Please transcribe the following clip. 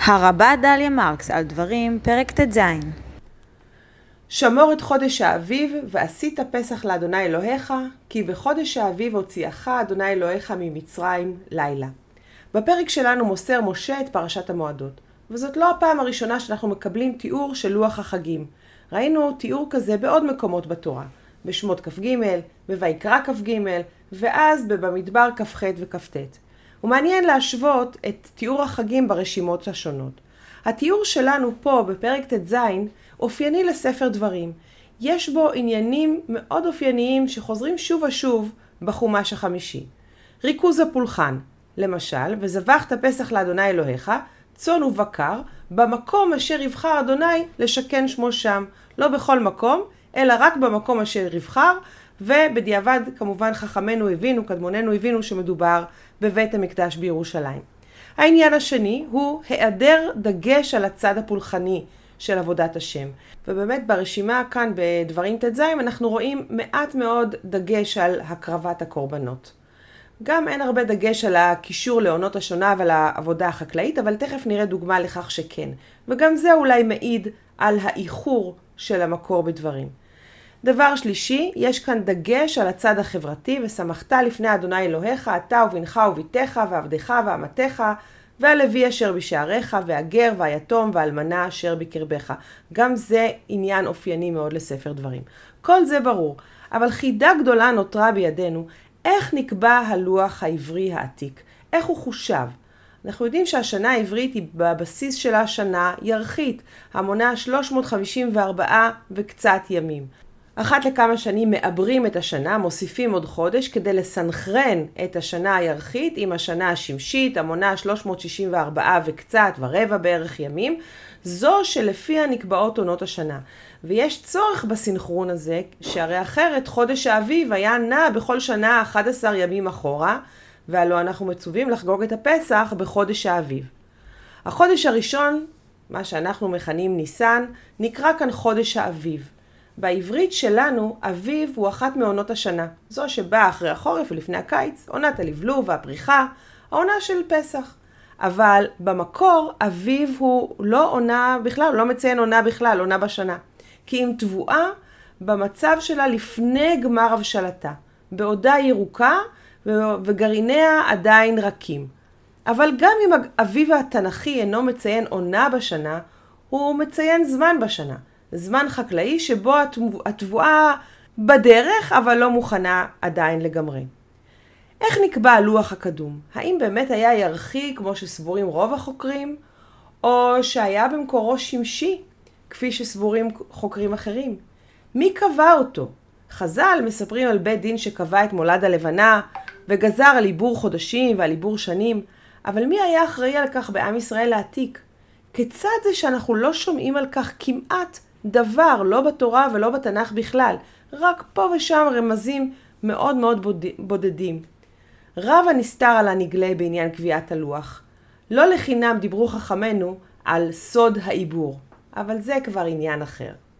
הרבה דליה מרקס על דברים, פרק ט"ז. שמור את חודש האביב, ועשית פסח לאדוני אלוהיך, כי בחודש האביב הוציאך אדוני אלוהיך ממצרים לילה. בפרק שלנו מוסר משה את פרשת המועדות, וזאת לא הפעם הראשונה שאנחנו מקבלים תיאור של לוח החגים. ראינו תיאור כזה בעוד מקומות בתורה, בשמות כ"ג, בויקרא כ"ג, ואז במדבר כ"ח וכ"ט. ומעניין להשוות את תיאור החגים ברשימות השונות. התיאור שלנו פה בפרק ט"ז אופייני לספר דברים. יש בו עניינים מאוד אופייניים שחוזרים שוב ושוב בחומש החמישי. ריכוז הפולחן, למשל, וזבחת פסח לאדוני אלוהיך, צאן ובקר, במקום אשר יבחר אדוני לשכן שמו שם. לא בכל מקום, אלא רק במקום אשר יבחר, ובדיעבד כמובן חכמינו הבינו, קדמוננו הבינו שמדובר בבית המקדש בירושלים. העניין השני הוא היעדר דגש על הצד הפולחני של עבודת השם. ובאמת ברשימה כאן בדברים ט"ז אנחנו רואים מעט מאוד דגש על הקרבת הקורבנות. גם אין הרבה דגש על הקישור לעונות השונה ועל העבודה החקלאית, אבל תכף נראה דוגמה לכך שכן. וגם זה אולי מעיד על האיחור של המקור בדברים. דבר שלישי, יש כאן דגש על הצד החברתי, ושמחת לפני אדוני אלוהיך, אתה ובנך וביתך ועבדך ואמתך, והלוי אשר בשעריך, והגר והיתום והאלמנה אשר בקרבך. גם זה עניין אופייני מאוד לספר דברים. כל זה ברור, אבל חידה גדולה נותרה בידינו, איך נקבע הלוח העברי העתיק? איך הוא חושב? אנחנו יודעים שהשנה העברית היא בבסיס של השנה ירחית, המונה 354 וקצת ימים. אחת לכמה שנים מעברים את השנה, מוסיפים עוד חודש כדי לסנכרן את השנה הירחית עם השנה השמשית, המונה 364 וקצת ורבע בערך ימים, זו שלפיה נקבעות עונות השנה. ויש צורך בסנכרון הזה, שהרי אחרת חודש האביב היה נע בכל שנה 11 ימים אחורה, והלוא אנחנו מצווים לחגוג את הפסח בחודש האביב. החודש הראשון, מה שאנחנו מכנים ניסן, נקרא כאן חודש האביב. בעברית שלנו, אביב הוא אחת מעונות השנה. זו שבאה אחרי החורף ולפני הקיץ, עונת הלבלוב והפריחה, העונה של פסח. אבל במקור, אביב הוא לא עונה בכלל, לא מציין עונה בכלל, עונה בשנה. כי אם תבואה במצב שלה לפני גמר הבשלתה, בעודה ירוקה וגרעיניה עדיין רכים. אבל גם אם אביב התנ"כי אינו מציין עונה בשנה, הוא מציין זמן בשנה. זמן חקלאי שבו התבואה בדרך, אבל לא מוכנה עדיין לגמרי. איך נקבע הלוח הקדום? האם באמת היה ירחי כמו שסבורים רוב החוקרים, או שהיה במקורו שמשי, כפי שסבורים חוקרים אחרים? מי קבע אותו? חז"ל מספרים על בית דין שקבע את מולד הלבנה, וגזר על עיבור חודשים ועל עיבור שנים, אבל מי היה אחראי על כך בעם ישראל העתיק? כיצד זה שאנחנו לא שומעים על כך כמעט דבר, לא בתורה ולא בתנ"ך בכלל, רק פה ושם רמזים מאוד מאוד בודדים. רב הנסתר על הנגלה בעניין קביעת הלוח. לא לחינם דיברו חכמינו על סוד העיבור, אבל זה כבר עניין אחר.